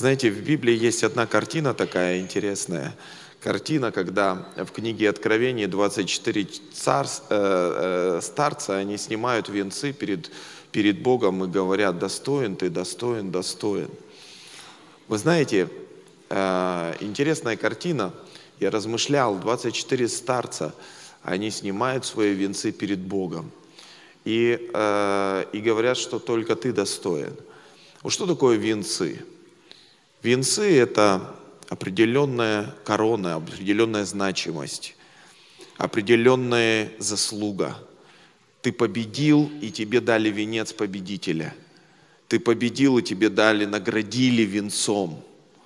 Знаете, в Библии есть одна картина такая интересная. Картина, когда в книге Откровения 24 старца, они снимают венцы перед Богом и говорят: достоин ты, достоин, достоин. Вы знаете, интересная картина. Я размышлял, 24 старца, они снимают свои венцы перед Богом и говорят, что только ты достоин. Вот что такое венцы? Венцы – это определенная корона, определенная значимость, определенная заслуга. Ты победил, и тебе дали венец победителя. Ты победил, и тебе наградили венцом.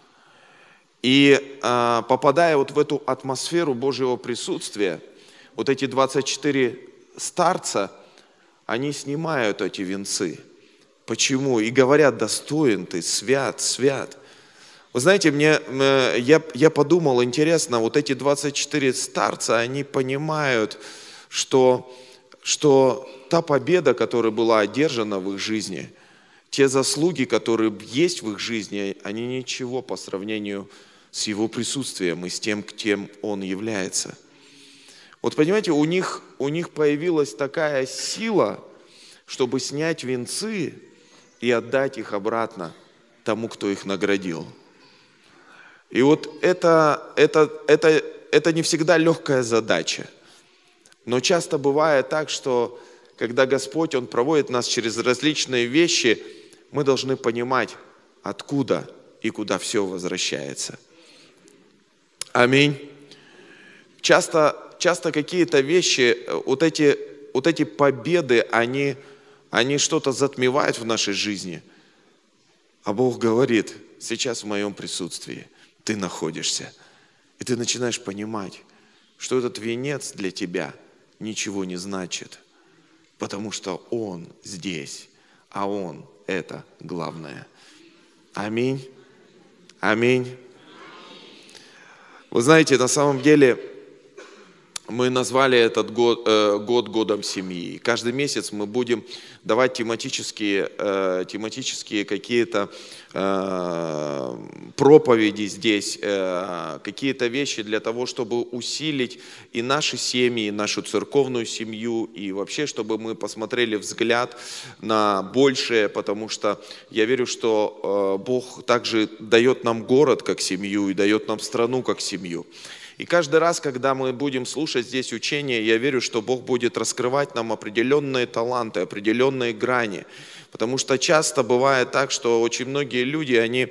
И попадая вот в эту атмосферу Божьего присутствия, вот эти 24 старца, они снимают эти венцы. Почему? И говорят: достоин ты, свят, свят. Вы знаете, я подумал, интересно, вот эти 24 старца, они понимают, что та победа, которая была одержана в их жизни, те заслуги, которые есть в их жизни, они ничего по сравнению с Его присутствием и с тем, кем Он является. Вот понимаете, у них появилась такая сила, чтобы снять венцы и отдать их обратно тому, кто их наградил. И вот это не всегда легкая задача. Но часто бывает так, что когда Господь, Он проводит нас через различные вещи, мы должны понимать, откуда и куда все возвращается. Аминь. Часто какие-то вещи, вот эти победы, они что-то затмевают в нашей жизни. А Бог говорит: сейчас в моем присутствии ты находишься. И ты начинаешь понимать, что этот венец для тебя ничего не значит, потому что Он здесь, а Он – это главное. Аминь. Аминь. Вы знаете, на самом деле мы назвали этот год годом семьи. Каждый месяц мы будем давать тематические какие-то проповеди здесь, какие-то вещи для того, чтобы усилить и наши семьи, и нашу церковную семью, и вообще, чтобы мы посмотрели взгляд на большее, потому что я верю, что Бог также дает нам город как семью и дает нам страну как семью. И каждый раз, когда мы будем слушать здесь учение, я верю, что Бог будет раскрывать нам определенные таланты, определенные грани. Потому что часто бывает так, что очень многие люди, они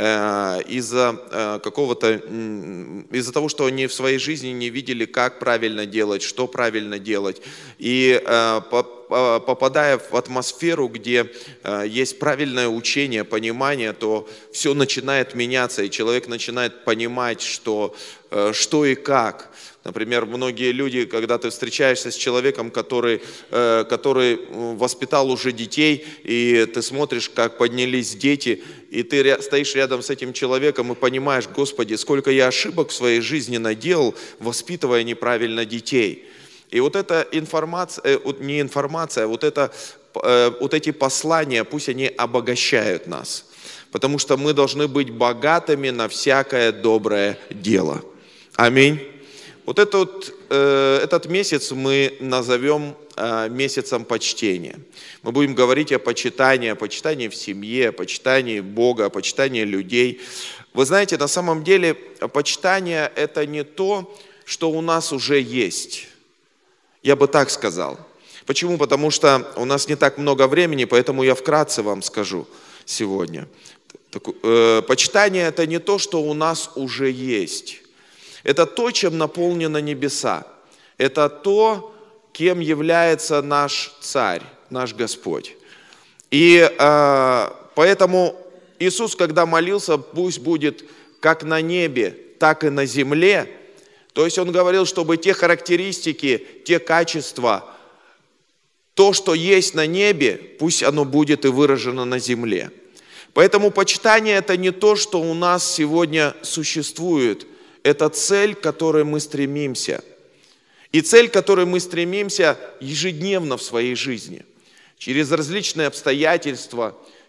из-за того, что они в своей жизни не видели, как правильно делать, что правильно делать, и попадая в атмосферу, где есть правильное учение, понимание, то все начинает меняться, и человек начинает понимать, что и как. Например, многие люди, когда ты встречаешься с человеком, который воспитал уже детей, и ты смотришь, как поднялись дети, и ты стоишь рядом с этим человеком и понимаешь: Господи, сколько я ошибок в своей жизни наделал, воспитывая неправильно детей. И вот эта информация, не информация, вот эти послания, пусть они обогащают нас, потому что мы должны быть богатыми на всякое доброе дело. Аминь. Вот этот месяц мы назовем месяцем почтения. Мы будем говорить о почитании в семье, о почитании Бога, о почитании людей. Вы знаете, на самом деле почитание – это не то, что у нас уже есть. Я бы так сказал. Почему? Потому что у нас не так много времени, поэтому я вкратце вам скажу сегодня. Почитание – это не то, что у нас уже есть. Это то, чем наполнены небеса. Это то, кем является наш Царь, наш Господь. И поэтому Иисус, когда молился, пусть будет как на небе, так и на земле. То есть Он говорил, чтобы те характеристики, те качества, то, что есть на небе, пусть оно будет и выражено на земле. Поэтому почитание – это не то, что у нас сегодня существует. Это цель, к которой мы стремимся. И цель, к которой мы стремимся ежедневно в своей жизни. Через различные обстоятельства,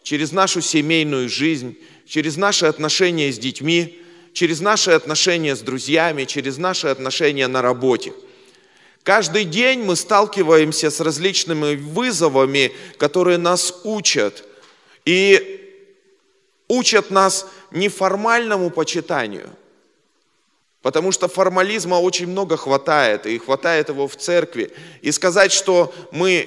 через нашу семейную жизнь, через наши отношения с детьми, через наши отношения с друзьями, через наши отношения на работе. Каждый день мы сталкиваемся с различными вызовами, которые нас учат. И учат нас неформальному почитанию. Потому что формализма очень много хватает, и хватает его в церкви. И сказать, что мы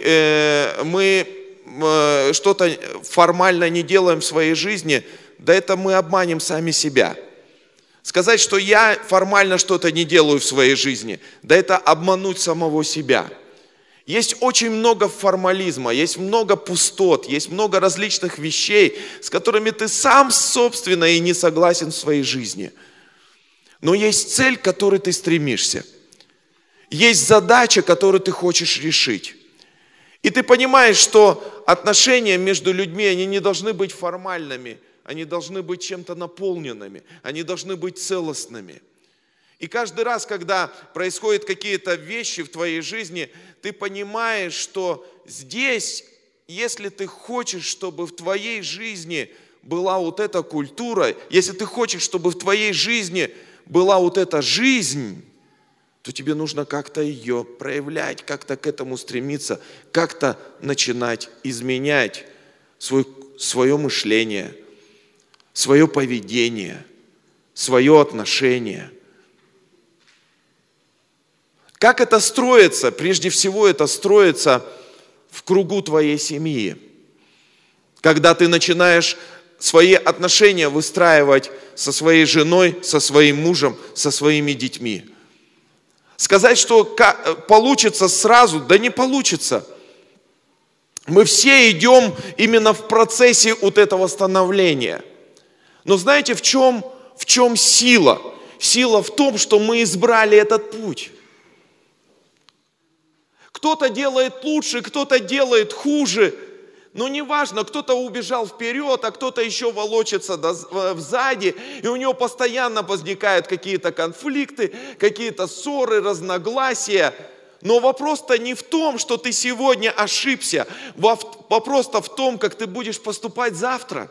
что-то формально не делаем в своей жизни, да это мы обманем сами себя. Сказать, что я формально что-то не делаю в своей жизни, да это обмануть самого себя. Есть очень много формализма, есть много пустот, есть много различных вещей, с которыми ты сам, собственно, и не согласен в своей жизни. Но есть цель, к которой ты стремишься. Есть задача, которую ты хочешь решить. И ты понимаешь, что отношения между людьми, они не должны быть формальными, они должны быть чем-то наполненными, они должны быть целостными. И каждый раз, когда происходят какие-то вещи в твоей жизни, ты понимаешь, что здесь, если ты хочешь, чтобы в твоей жизни была вот эта культура, если ты хочешь, чтобы в твоей жизни была вот эта жизнь, то тебе нужно как-то ее проявлять, как-то к этому стремиться, как-то начинать изменять свое мышление, свое поведение, свое отношение. Как это строится? Прежде всего это строится в кругу твоей семьи. Когда ты начинаешь свои отношения выстраивать со своей женой, со своим мужем, со своими детьми. Сказать, что получится сразу, да не получится. Мы все идем именно в процессе вот этого становления. Но знаете, в чем сила? Сила в том, что мы избрали этот путь. Кто-то делает лучше, кто-то делает хуже. Но неважно, кто-то убежал вперед, а кто-то еще волочится сзади, и у него постоянно возникают какие-то конфликты, какие-то ссоры, разногласия. Но вопрос-то не в том, что ты сегодня ошибся, вопрос-то в том, как ты будешь поступать завтра.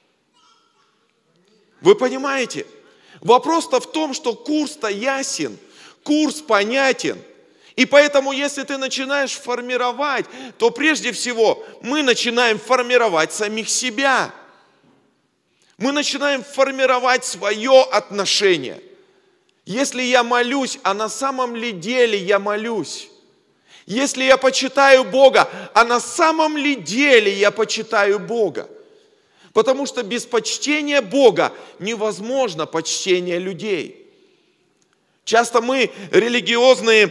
Вы понимаете? Вопрос-то в том, что курс-то ясен, курс понятен. И поэтому, если ты начинаешь формировать, то прежде всего мы начинаем формировать самих себя. Мы начинаем формировать свое отношение. Если я молюсь, а на самом ли деле я молюсь? Если я почитаю Бога, а на самом ли деле я почитаю Бога? Потому что без почтения Бога невозможно почтение людей. Часто мы религиозная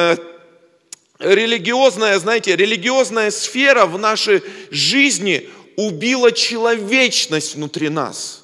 сфера в нашей жизни убила человечность внутри нас.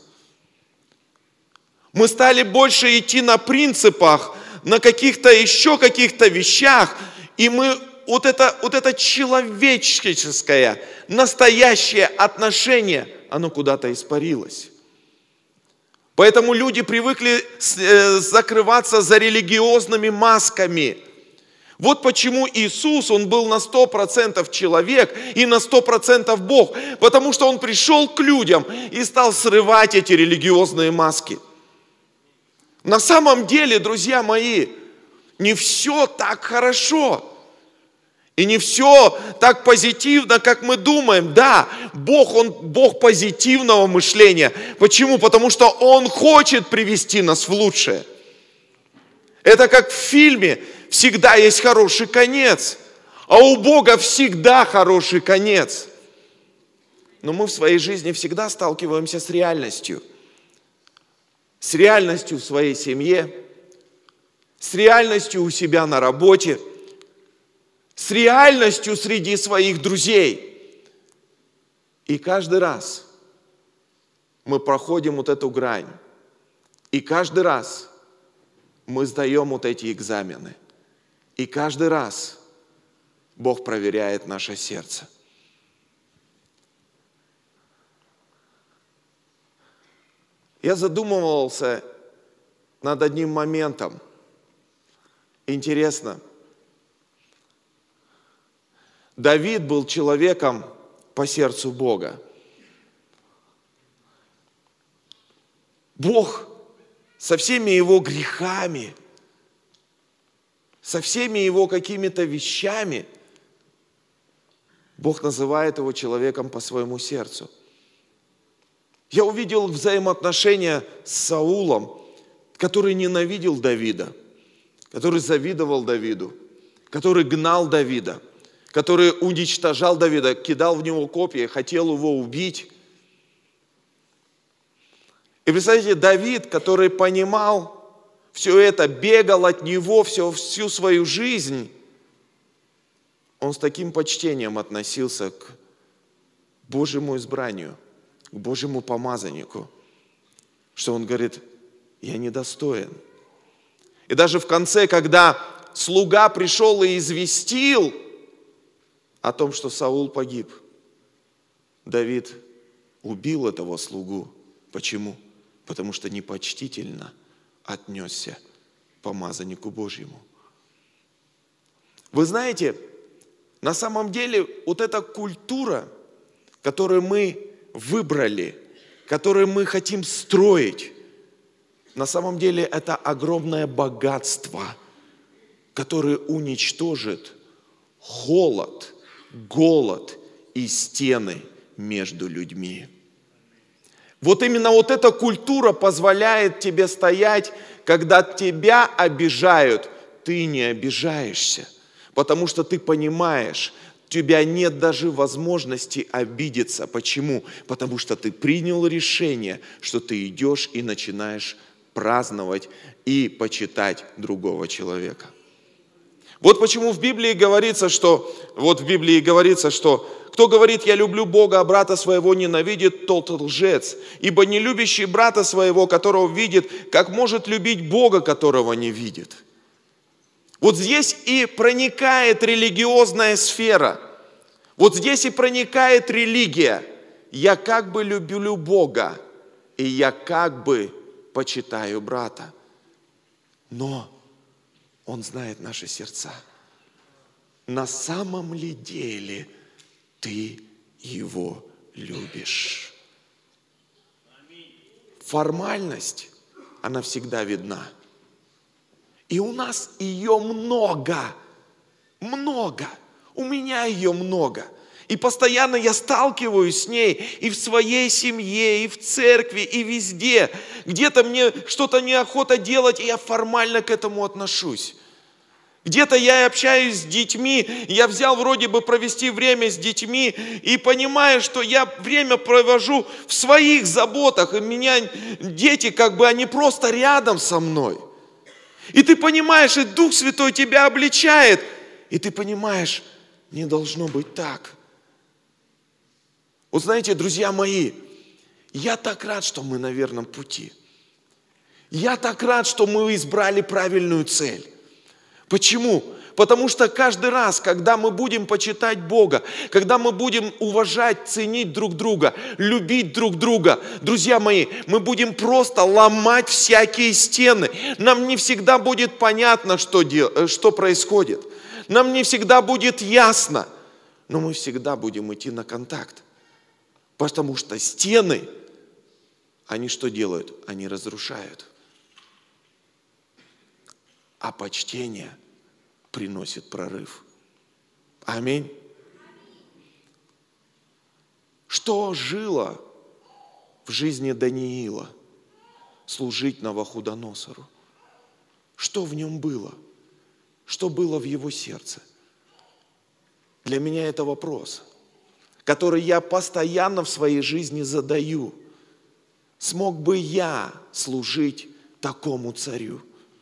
Мы стали больше идти на принципах, на каких-то еще каких-то вещах, и мы вот это человеческое, настоящее отношение, оно куда-то испарилось. Поэтому люди привыкли закрываться за религиозными масками. Вот почему Иисус, Он был на 100% человек и на 100% Бог. Потому что Он пришел к людям и стал срывать эти религиозные маски. На самом деле, друзья мои, не все так хорошо. И не все так позитивно, как мы думаем. Да, Бог, Он Бог позитивного мышления. Почему? Потому что Он хочет привести нас в лучшее. Это как в фильме, всегда есть хороший конец. А у Бога всегда хороший конец. Но мы в своей жизни всегда сталкиваемся с реальностью. С реальностью в своей семье, с реальностью у себя на работе, с реальностью среди своих друзей. И каждый раз мы проходим вот эту грань. И каждый раз мы сдаем вот эти экзамены. И каждый раз Бог проверяет наше сердце. Я задумывался над одним моментом. Интересно. Давид был человеком по сердцу Бога. Бог со всеми его грехами, со всеми его какими-то вещами, Бог называет его человеком по своему сердцу. Я увидел взаимоотношения с Саулом, который ненавидел Давида, который завидовал Давиду, который гнал Давида, который уничтожал Давида, кидал в него копья, хотел его убить. И представляете, Давид, который понимал все это, бегал от него всю свою жизнь, он с таким почтением относился к Божьему избранию, к Божьему помазаннику, что он говорит: я недостоин. И даже в конце, когда слуга пришел и известил о том, что Саул погиб, Давид убил этого слугу. Почему? Потому что непочтительно отнесся к помазаннику Божьему. Вы знаете, на самом деле вот эта культура, которую мы выбрали, которую мы хотим строить, на самом деле это огромное богатство, которое уничтожит холод, голод и стены между людьми. Вот именно вот эта культура позволяет тебе стоять, когда тебя обижают, ты не обижаешься, потому что ты понимаешь, у тебя нет даже возможности обидеться. Почему? Потому что ты принял решение, что ты идешь и начинаешь праздновать и почитать другого человека. Вот почему в Библии говорится, что кто говорит: я люблю Бога, а брата своего ненавидит, тот лжец. Ибо не любящий брата своего, которого видит, как может любить Бога, которого не видит. Вот здесь и проникает религиозная сфера. Вот здесь и проникает религия. Я как бы люблю Бога, и я как бы почитаю брата. Но Он знает наши сердца. На самом ли деле ты Его любишь? Формальность, она всегда видна. И у нас ее много. Много. У меня ее много. И постоянно я сталкиваюсь с ней и в своей семье, и в церкви, и везде. Где-то мне что-то неохота делать, и я формально к этому отношусь. Где-то я общаюсь с детьми, я взял вроде бы провести время с детьми, и понимаю, что я время провожу в своих заботах, и меня дети они просто рядом со мной. И ты понимаешь, и Дух Святой тебя обличает, и ты понимаешь, не должно быть так. Вот знаете, друзья мои, я так рад, что мы на верном пути. Я так рад, что мы избрали правильную цель. Почему? Потому что каждый раз, когда мы будем почитать Бога, когда мы будем уважать, ценить друг друга, любить друг друга, друзья мои, мы будем просто ломать всякие стены. Нам не всегда будет понятно, что происходит. Нам не всегда будет ясно, но мы всегда будем идти на контакт. Потому что стены, они что делают? Они разрушают. А почтение приносит прорыв. Аминь. Что жило в жизни Даниила? Служить Навуходоносору. Что в нем было? Что было в его сердце? Для меня это вопрос, который я постоянно в своей жизни задаю. Смог бы я служить такому царю?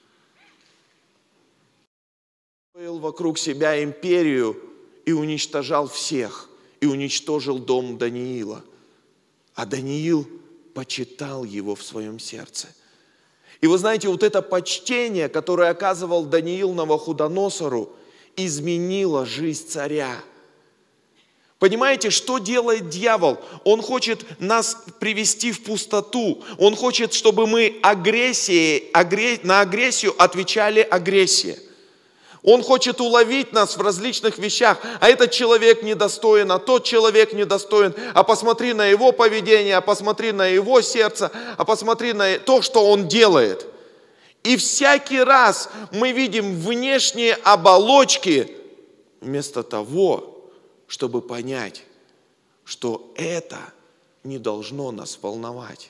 Строил вокруг себя империю и уничтожал всех, и уничтожил дом Даниила. А Даниил почитал его в своем сердце. И вы знаете, вот это почтение, которое оказывал Даниил Навуходоносору, изменило жизнь царя. Понимаете, что делает дьявол? Он хочет нас привести в пустоту. Он хочет, чтобы мы на агрессию отвечали агрессией. Он хочет уловить нас в различных вещах. А этот человек недостоин, а тот человек недостоин. А посмотри на его поведение, а посмотри на его сердце, а посмотри на то, что он делает. И всякий раз мы видим внешние оболочки, вместо того, чтобы понять, что это не должно нас волновать.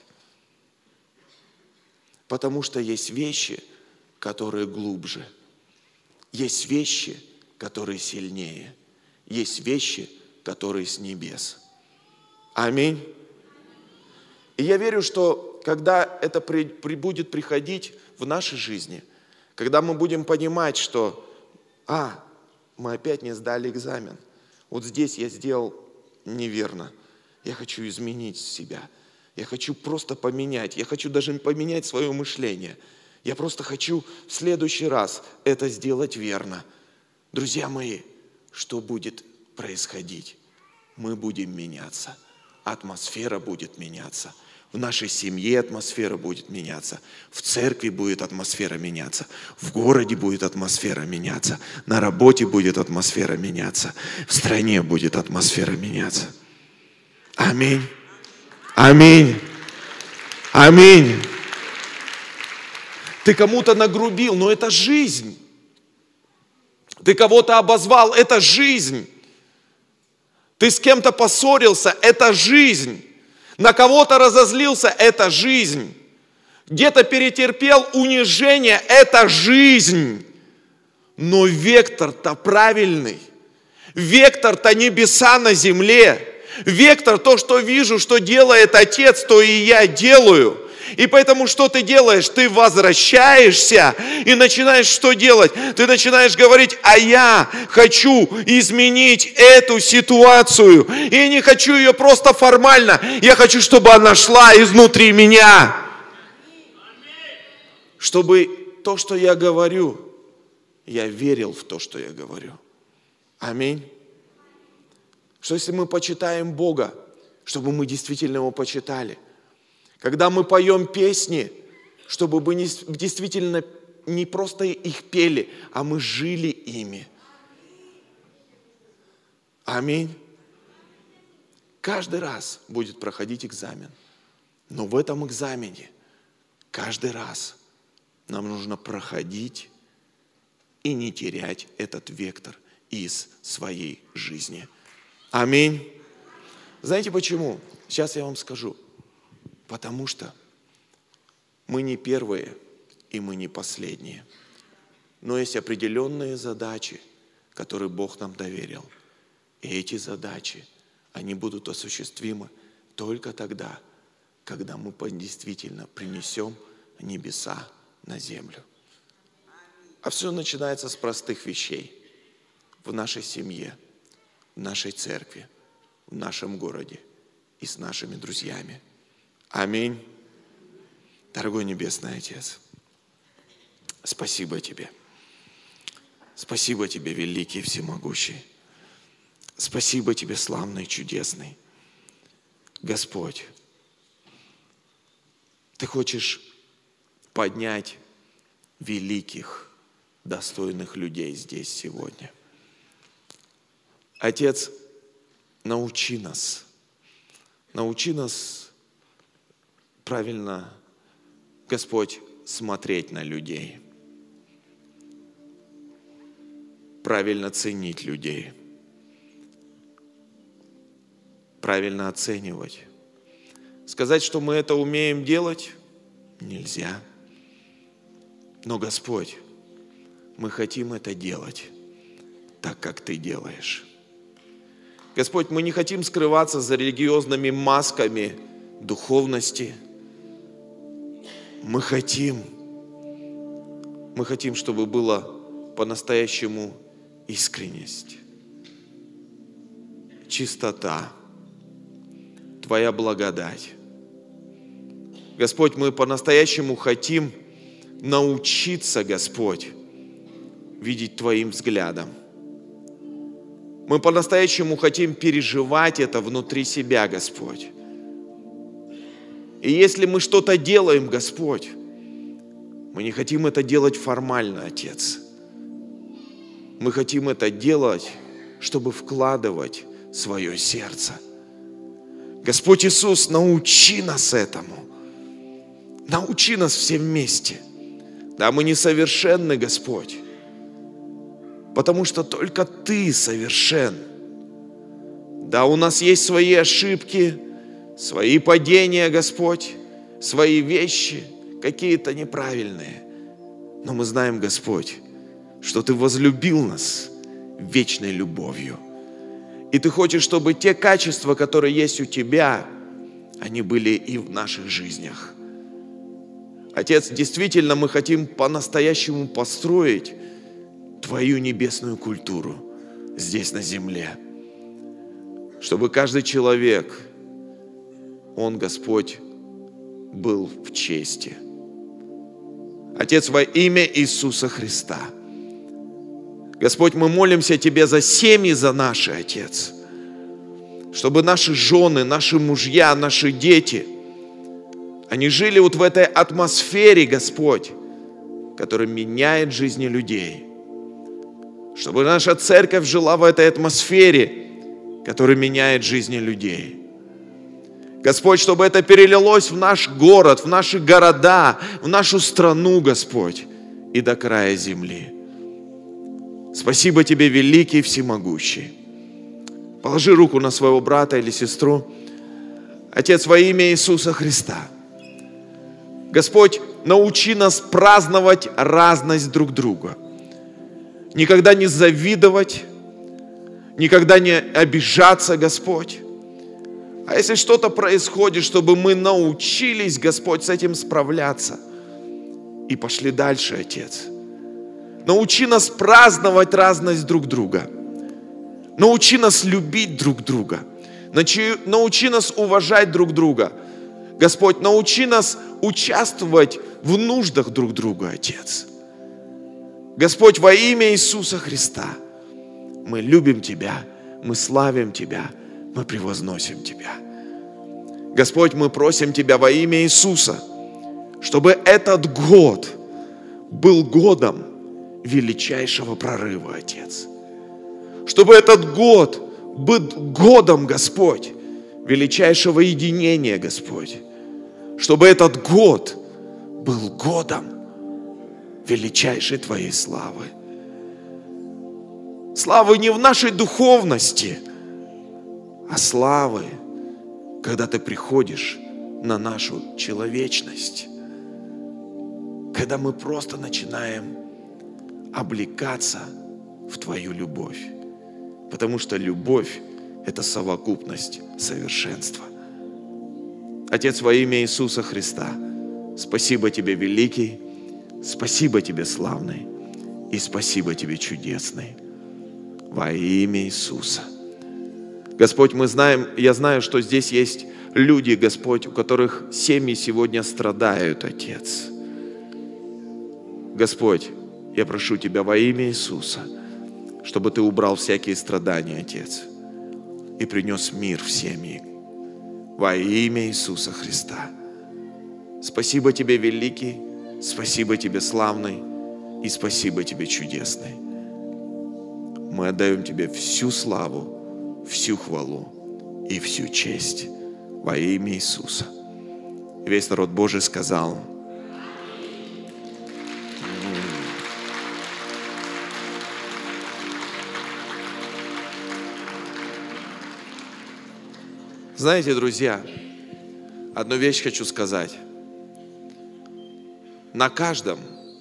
Потому что есть вещи, которые глубже. Есть вещи, которые сильнее. Есть вещи, которые с небес. Аминь. И я верю, что когда это будет приходить в нашей жизни, когда мы будем понимать, что мы опять не сдали экзамен, вот здесь я сделал неверно, я хочу изменить себя, я хочу просто поменять, я хочу даже поменять свое мышление. Я просто хочу в следующий раз это сделать верно. Друзья мои, что будет происходить? Мы будем меняться. Атмосфера будет меняться. В нашей семье атмосфера будет меняться. В церкви будет атмосфера меняться. В городе будет атмосфера меняться. На работе будет атмосфера меняться. В стране будет атмосфера меняться. Аминь. Аминь. Аминь. Ты кому-то нагрубил, но это жизнь. Ты кого-то обозвал, это жизнь. Ты с кем-то поссорился, это жизнь. На кого-то разозлился, это жизнь. Где-то перетерпел унижение, это жизнь. Но вектор-то правильный. Вектор-то небеса на земле. Вектор, то, что вижу, что делает Отец, то и я делаю. И поэтому что ты делаешь? Ты возвращаешься и начинаешь что делать? Ты начинаешь говорить, а я хочу изменить эту ситуацию. И я не хочу ее просто формально. Я хочу, чтобы она шла изнутри меня. Чтобы то, что я говорю, я верил в то, что я говорю. Аминь. Что если мы почитаем Бога, чтобы мы действительно Его почитали. Когда мы поем песни, чтобы мы действительно не просто их пели, а мы жили ими. Аминь. Каждый раз будет проходить экзамен. Но в этом экзамене каждый раз нам нужно проходить и не терять этот вектор из своей жизни. Аминь. Знаете почему? Сейчас я вам скажу. Потому что мы не первые и мы не последние. Но есть определенные задачи, которые Бог нам доверил. И эти задачи, они будут осуществимы только тогда, когда мы действительно принесем небеса на землю. А все начинается с простых вещей. В нашей семье, в нашей церкви, в нашем городе и с нашими друзьями. Аминь. Дорогой Небесный Отец, спасибо Тебе. Спасибо Тебе, великий и всемогущий. Спасибо Тебе, славный и чудесный. Господь, Ты хочешь поднять великих, достойных людей здесь сегодня. Отец, научи нас правильно, Господь, смотреть на людей, правильно ценить людей, правильно оценивать. Сказать, что мы это умеем делать, нельзя. Но, Господь, мы хотим это делать так, как Ты делаешь. Господь, мы не хотим скрываться за религиозными масками духовности. Мы хотим, чтобы была по-настоящему искренность, чистота, Твоя благодать. Господь, мы по-настоящему хотим научиться, Господь, видеть Твоим взглядом. Мы по-настоящему хотим переживать это внутри себя, Господь. И если мы что-то делаем, Господь, мы не хотим это делать формально, Отец. Мы хотим это делать, чтобы вкладывать свое сердце. Господь Иисус, научи нас этому. Научи нас все вместе. Да, мы несовершенны, Господь, потому что только Ты совершен. Да, у нас есть свои ошибки, свои падения, Господь, свои вещи, какие-то неправильные. Но мы знаем, Господь, что Ты возлюбил нас вечной любовью. И Ты хочешь, чтобы те качества, которые есть у Тебя, они были и в наших жизнях. Отец, действительно, мы хотим по-настоящему построить Твою небесную культуру здесь на земле. Чтобы каждый человек, он, Господь, был в чести. Отец, во имя Иисуса Христа. Господь, мы молимся Тебе за семьи, за наши, Отец. Чтобы наши жены, наши мужья, наши дети, они жили вот в этой атмосфере, Господь, которая меняет жизни людей. Чтобы наша церковь жила в этой атмосфере, которая меняет жизни людей. Господь, чтобы это перелилось в наш город, в наши города, в нашу страну, Господь, и до края земли. Спасибо Тебе, великий и всемогущий. Положи руку на своего брата или сестру. Отец, во имя Иисуса Христа. Господь, научи нас праздновать разность друг друга. Никогда не завидовать, никогда не обижаться, Господь. А если что-то происходит, чтобы мы научились, Господь, с этим справляться и пошли дальше, Отец. Научи нас праздновать разность друг друга. Научи нас любить друг друга. Научи нас уважать друг друга. Господь, научи нас участвовать в нуждах друг друга, Отец. Господь, во имя Иисуса Христа, мы любим Тебя, мы славим Тебя, мы превозносим Тебя. Господь, мы просим Тебя во имя Иисуса, чтобы этот год был годом величайшего прорыва, Отец. Чтобы этот год был годом, Господь, величайшего единения, Господь. Чтобы этот год был годом величайшей Твоей славы. Славы не в нашей духовности, а славы, когда Ты приходишь на нашу человечность. Когда мы просто начинаем облекаться в Твою любовь. Потому что любовь – это совокупность совершенства. Отец, во имя Иисуса Христа, спасибо Тебе, великий, спасибо Тебе, славный, и спасибо Тебе, чудесный. Во имя Иисуса. Господь, я знаю, что здесь есть люди, Господь, у которых семьи сегодня страдают, Отец. Господь, я прошу Тебя во имя Иисуса, чтобы Ты убрал всякие страдания, Отец, и принес мир в семьи. Во имя Иисуса Христа. Спасибо Тебе, великий, спасибо Тебе, славный, и спасибо Тебе, чудесный. Мы отдаем Тебе всю славу, всю хвалу и всю честь во имя Иисуса. И весь народ Божий сказал: Знаете, друзья, одну вещь хочу сказать. На каждом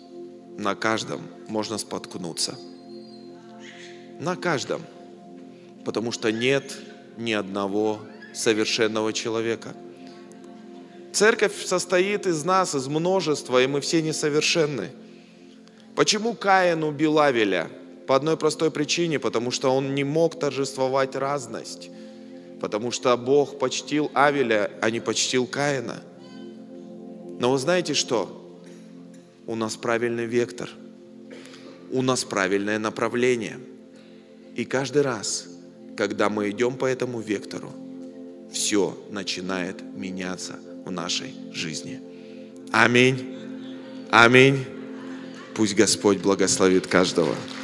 можно споткнуться. На каждом. Потому что нет ни одного совершенного человека. Церковь состоит из нас, из множества, и мы все несовершенны. Почему Каин убил Авеля? По одной простой причине, потому что он не мог торжествовать разность. Потому что Бог почтил Авеля, а не почтил Каина. Но вы знаете что? У нас правильный вектор. У нас правильное направление. И каждый раз, когда мы идем по этому вектору, все начинает меняться в нашей жизни. Аминь. Аминь. Пусть Господь благословит каждого.